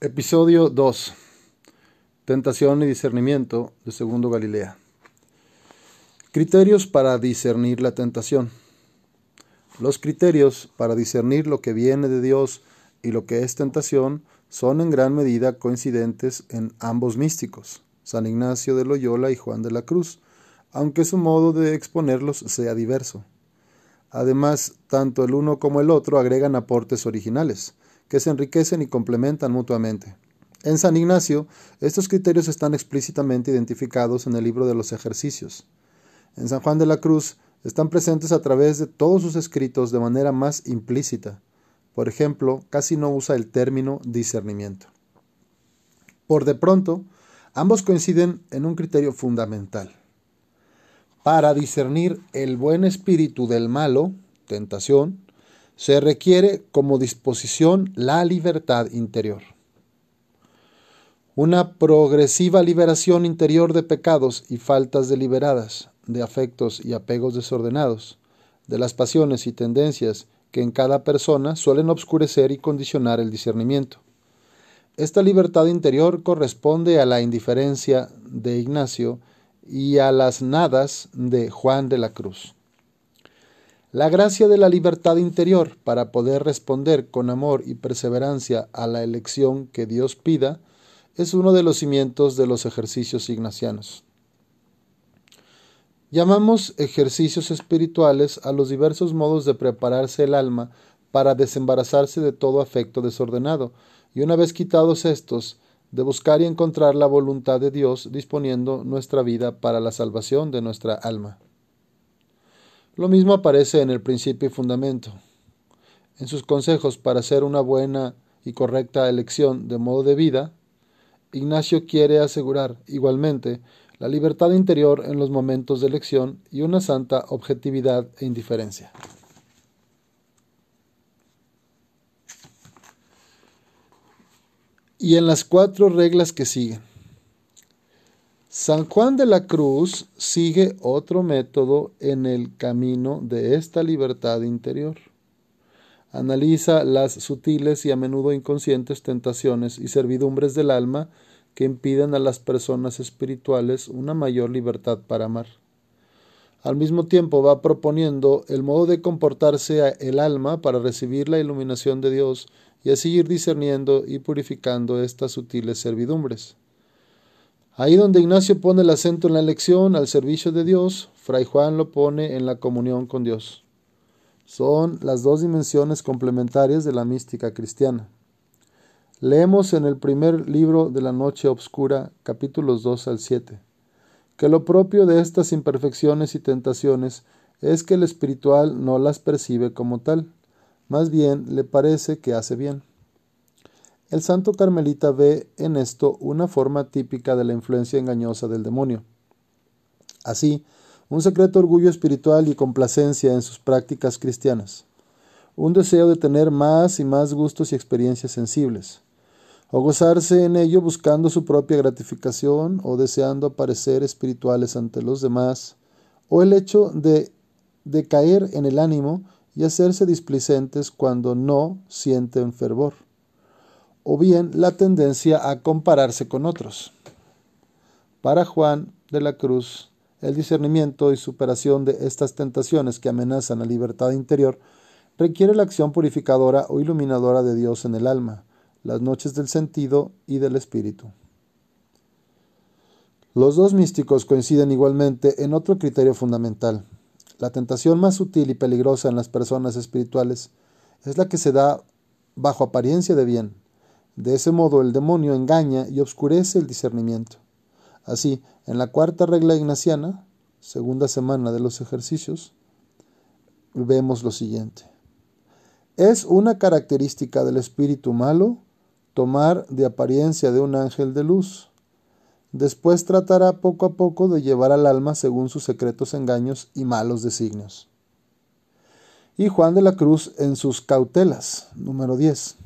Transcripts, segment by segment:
Episodio 2. Tentación y discernimiento de Segundo Galilea. Criterios para discernir la tentación. Los criterios para discernir lo que viene de Dios y lo que es tentación son en gran medida coincidentes en ambos místicos, San Ignacio de Loyola y Juan de la Cruz, aunque su modo de exponerlos sea diverso. Además, tanto el uno como el otro agregan aportes originales, que se enriquecen y complementan mutuamente. En San Ignacio, estos criterios están explícitamente identificados en el libro de los ejercicios. En San Juan de la Cruz, están presentes a través de todos sus escritos de manera más implícita. Por ejemplo, casi no usa el término discernimiento. Por de pronto, ambos coinciden en un criterio fundamental. Para discernir el buen espíritu del malo, tentación, se requiere como disposición la libertad interior. Una progresiva liberación interior de pecados y faltas deliberadas, de afectos y apegos desordenados, de las pasiones y tendencias que en cada persona suelen obscurecer y condicionar el discernimiento. Esta libertad interior corresponde a la indiferencia de Ignacio y a las nadas de Juan de la Cruz. La gracia de la libertad interior para poder responder con amor y perseverancia a la elección que Dios pida es uno de los cimientos de los ejercicios ignacianos. Llamamos ejercicios espirituales a los diversos modos de prepararse el alma para desembarazarse de todo afecto desordenado, y una vez quitados estos, de buscar y encontrar la voluntad de Dios disponiendo nuestra vida para la salvación de nuestra alma. Lo mismo aparece en el principio y fundamento. En sus consejos para hacer una buena y correcta elección de modo de vida, Ignacio quiere asegurar, igualmente, la libertad interior en los momentos de elección y una santa objetividad e indiferencia. Y en las 4 reglas que siguen. San Juan de la Cruz sigue otro método en el camino de esta libertad interior. Analiza las sutiles y a menudo inconscientes tentaciones y servidumbres del alma que impiden a las personas espirituales una mayor libertad para amar. Al mismo tiempo va proponiendo el modo de comportarse el alma para recibir la iluminación de Dios y así ir discerniendo y purificando estas sutiles servidumbres. Ahí donde Ignacio pone el acento en la elección al servicio de Dios, Fray Juan lo pone en la comunión con Dios. Son las 2 dimensiones complementarias de la mística cristiana. Leemos en el primer libro de la Noche Obscura, capítulos 2 al 7, que lo propio de estas imperfecciones y tentaciones es que el espiritual no las percibe como tal, más bien le parece que hace bien. El santo carmelita ve en esto una forma típica de la influencia engañosa del demonio. Así, un secreto orgullo espiritual y complacencia en sus prácticas cristianas, un deseo de tener más y más gustos y experiencias sensibles, o gozarse en ello buscando su propia gratificación o deseando parecer espirituales ante los demás, o el hecho de decaer en el ánimo y hacerse displicentes cuando no sienten fervor, o bien la tendencia a compararse con otros. Para Juan de la Cruz, el discernimiento y superación de estas tentaciones que amenazan la libertad interior requiere la acción purificadora o iluminadora de Dios en el alma, las noches del sentido y del espíritu. Los 2 místicos coinciden igualmente en otro criterio fundamental. La tentación más sutil y peligrosa en las personas espirituales es la que se da bajo apariencia de bien. De ese modo el demonio engaña y obscurece el discernimiento. Así, en la 4ª regla ignaciana, segunda semana de los ejercicios, vemos lo siguiente. Es una característica del espíritu malo tomar de apariencia de un ángel de luz. Después tratará poco a poco de llevar al alma según sus secretos engaños y malos designios. Y Juan de la Cruz en sus cautelas, número 10.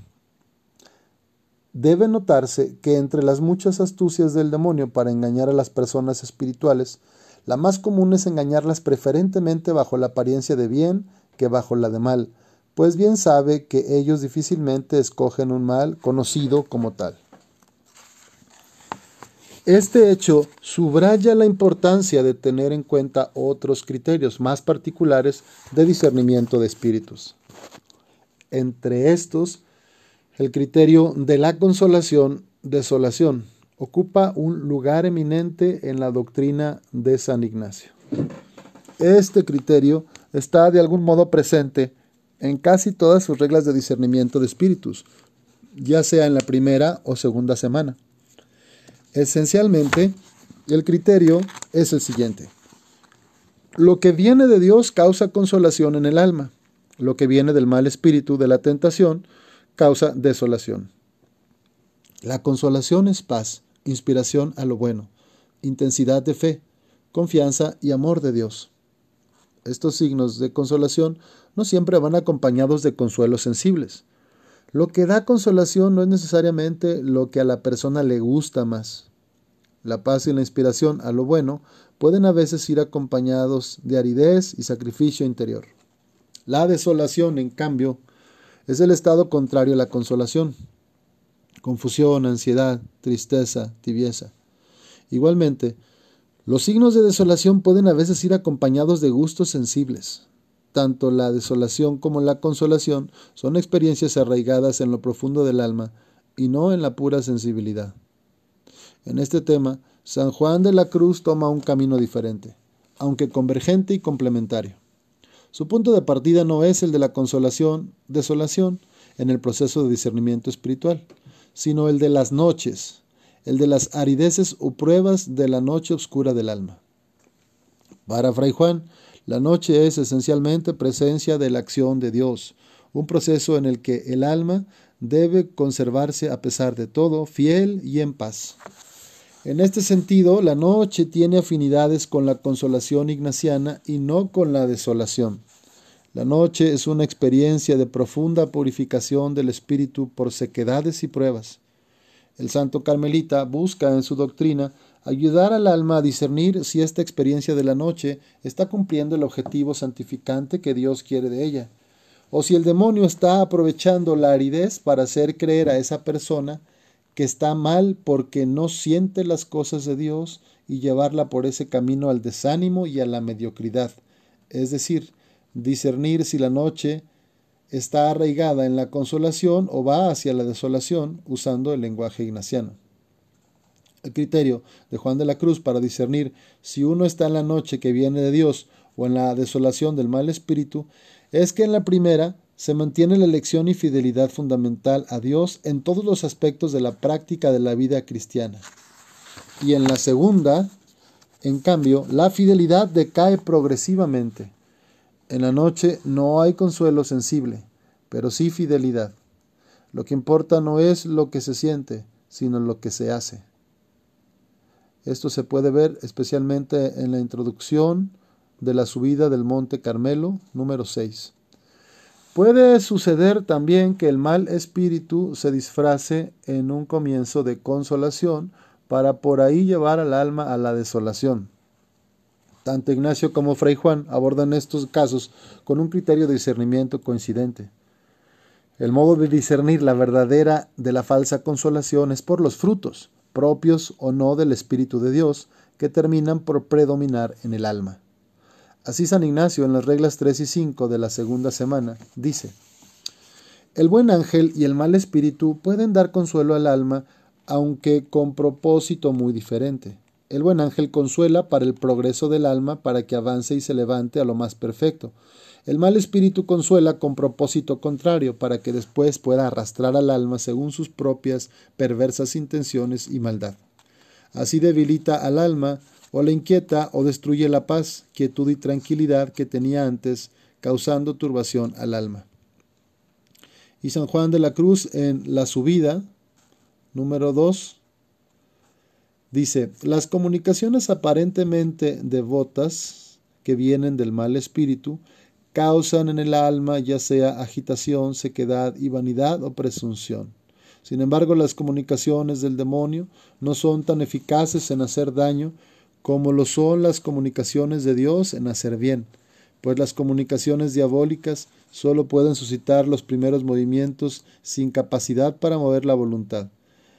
Debe notarse que entre las muchas astucias del demonio para engañar a las personas espirituales, la más común es engañarlas preferentemente bajo la apariencia de bien que bajo la de mal, pues bien sabe que ellos difícilmente escogen un mal conocido como tal. Este hecho subraya la importancia de tener en cuenta otros criterios más particulares de discernimiento de espíritus. Entre estos, el criterio de la consolación-desolación ocupa un lugar eminente en la doctrina de San Ignacio. Este criterio está de algún modo presente en casi todas sus reglas de discernimiento de espíritus, ya sea en la primera o segunda semana. Esencialmente, el criterio es el siguiente. Lo que viene de Dios causa consolación en el alma. Lo que viene del mal espíritu de la tentación causa desolación. La consolación es paz, inspiración a lo bueno, intensidad de fe, confianza y amor de Dios. Estos signos de consolación no siempre van acompañados de consuelos sensibles. Lo que da consolación no es necesariamente lo que a la persona le gusta más. La paz y la inspiración a lo bueno pueden a veces ir acompañados de aridez y sacrificio interior. La desolación, en cambio, es el estado contrario a la consolación. Confusión, ansiedad, tristeza, tibieza. Igualmente, los signos de desolación pueden a veces ir acompañados de gustos sensibles. Tanto la desolación como la consolación son experiencias arraigadas en lo profundo del alma y no en la pura sensibilidad. En este tema, San Juan de la Cruz toma un camino diferente, aunque convergente y complementario. Su punto de partida no es el de la consolación-desolación en el proceso de discernimiento espiritual, sino el de las noches, el de las arideces o pruebas de la noche oscura del alma. Para Fray Juan, la noche es esencialmente presencia de la acción de Dios, un proceso en el que el alma debe conservarse a pesar de todo, fiel y en paz. En este sentido, la noche tiene afinidades con la consolación ignaciana y no con la desolación. La noche es una experiencia de profunda purificación del espíritu por sequedades y pruebas. El santo carmelita busca en su doctrina ayudar al alma a discernir si esta experiencia de la noche está cumpliendo el objetivo santificante que Dios quiere de ella, o si el demonio está aprovechando la aridez para hacer creer a esa persona que está mal porque no siente las cosas de Dios y llevarla por ese camino al desánimo y a la mediocridad, es decir, discernir si la noche está arraigada en la consolación o va hacia la desolación usando el lenguaje ignaciano. El criterio de Juan de la Cruz para discernir si uno está en la noche que viene de Dios o en la desolación del mal espíritu es que en la primera se mantiene la elección y fidelidad fundamental a Dios en todos los aspectos de la práctica de la vida cristiana. Y en la segunda, en cambio, la fidelidad decae progresivamente. En la noche no hay consuelo sensible, pero sí fidelidad. Lo que importa no es lo que se siente, sino lo que se hace. Esto se puede ver especialmente en la introducción de la subida del Monte Carmelo, número 6. Puede suceder también que el mal espíritu se disfrace en un comienzo de consolación para por ahí llevar al alma a la desolación. Tanto Ignacio como Fray Juan abordan estos casos con un criterio de discernimiento coincidente. El modo de discernir la verdadera de la falsa consolación es por los frutos, propios o no del Espíritu de Dios, que terminan por predominar en el alma. Así San Ignacio en las reglas 3 y 5 de la segunda semana dice: el buen ángel y el mal espíritu pueden dar consuelo al alma, aunque con propósito muy diferente. El buen ángel consuela para el progreso del alma, para que avance y se levante a lo más perfecto. El mal espíritu consuela con propósito contrario, para que después pueda arrastrar al alma según sus propias perversas intenciones y maldad. Así debilita al alma, o la inquieta o destruye la paz, quietud y tranquilidad que tenía antes, causando turbación al alma. Y San Juan de la Cruz en la subida, número 2, dice: las comunicaciones aparentemente devotas que vienen del mal espíritu causan en el alma ya sea agitación, sequedad y vanidad o presunción. Sin embargo, las comunicaciones del demonio no son tan eficaces en hacer daño como lo son las comunicaciones de Dios en hacer bien, pues las comunicaciones diabólicas solo pueden suscitar los primeros movimientos sin capacidad para mover la voluntad.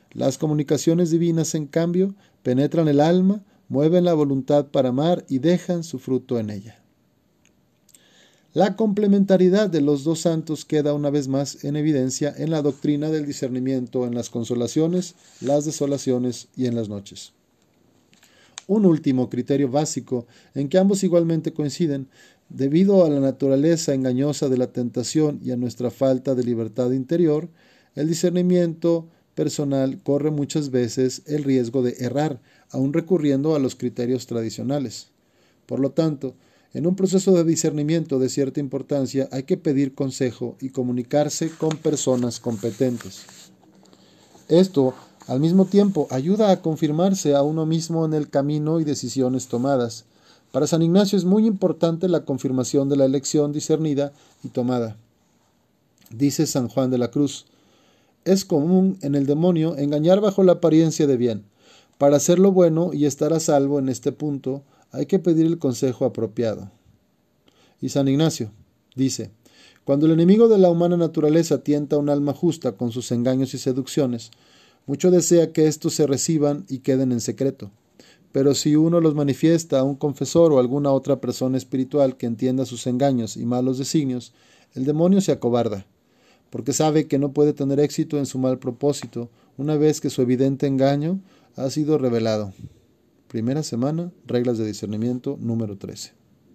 Las comunicaciones divinas, en cambio, penetran el alma, mueven la voluntad para amar y dejan su fruto en ella. La complementariedad de los dos santos queda una vez más en evidencia en la doctrina del discernimiento en las consolaciones, las desolaciones y en las noches. Un último criterio básico en que ambos igualmente coinciden, debido a la naturaleza engañosa de la tentación y a nuestra falta de libertad interior, el discernimiento personal corre muchas veces el riesgo de errar, aun recurriendo a los criterios tradicionales. Por lo tanto, en un proceso de discernimiento de cierta importancia hay que pedir consejo y comunicarse con personas competentes. Esto, al mismo tiempo, ayuda a confirmarse a uno mismo en el camino y decisiones tomadas. Para San Ignacio es muy importante la confirmación de la elección discernida y tomada. Dice San Juan de la Cruz: es común en el demonio engañar bajo la apariencia de bien. Para hacer lo bueno y estar a salvo en este punto, hay que pedir el consejo apropiado. Y San Ignacio dice: cuando el enemigo de la humana naturaleza tienta a un alma justa con sus engaños y seducciones, mucho desea que estos se reciban y queden en secreto. Pero si uno los manifiesta a un confesor o a alguna otra persona espiritual que entienda sus engaños y malos designios, el demonio se acobarda, porque sabe que no puede tener éxito en su mal propósito una vez que su evidente engaño ha sido revelado. Primera semana, Reglas de Discernimiento, número 13.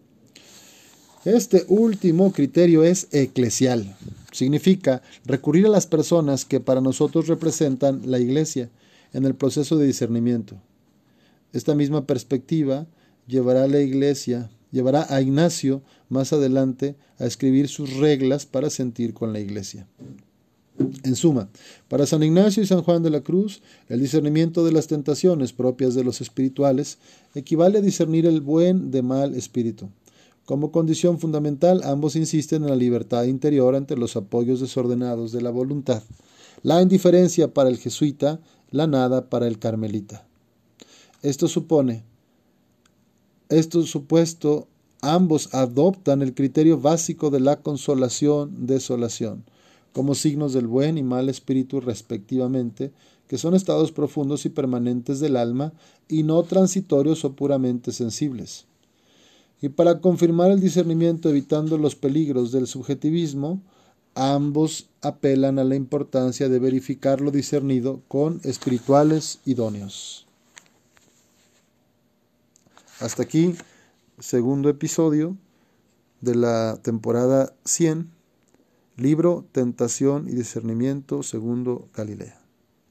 Este último criterio es eclesial. Significa recurrir a las personas que para nosotros representan la Iglesia en el proceso de discernimiento. Esta misma perspectiva llevará a Ignacio más adelante a escribir sus reglas para sentir con la Iglesia. En suma, para San Ignacio y San Juan de la Cruz, el discernimiento de las tentaciones propias de los espirituales equivale a discernir el buen de mal espíritu. Como condición fundamental, ambos insisten en la libertad interior ante los apoyos desordenados de la voluntad, la indiferencia para el jesuita, la nada para el carmelita. Esto supuesto, ambos adoptan el criterio básico de la consolación-desolación, como signos del buen y mal espíritu respectivamente, que son estados profundos y permanentes del alma y no transitorios o puramente sensibles. Y para confirmar el discernimiento evitando los peligros del subjetivismo, ambos apelan a la importancia de verificar lo discernido con espirituales idóneos. Hasta aquí, segundo episodio de la temporada 100, libro Tentación y Discernimiento, segundo Galilea.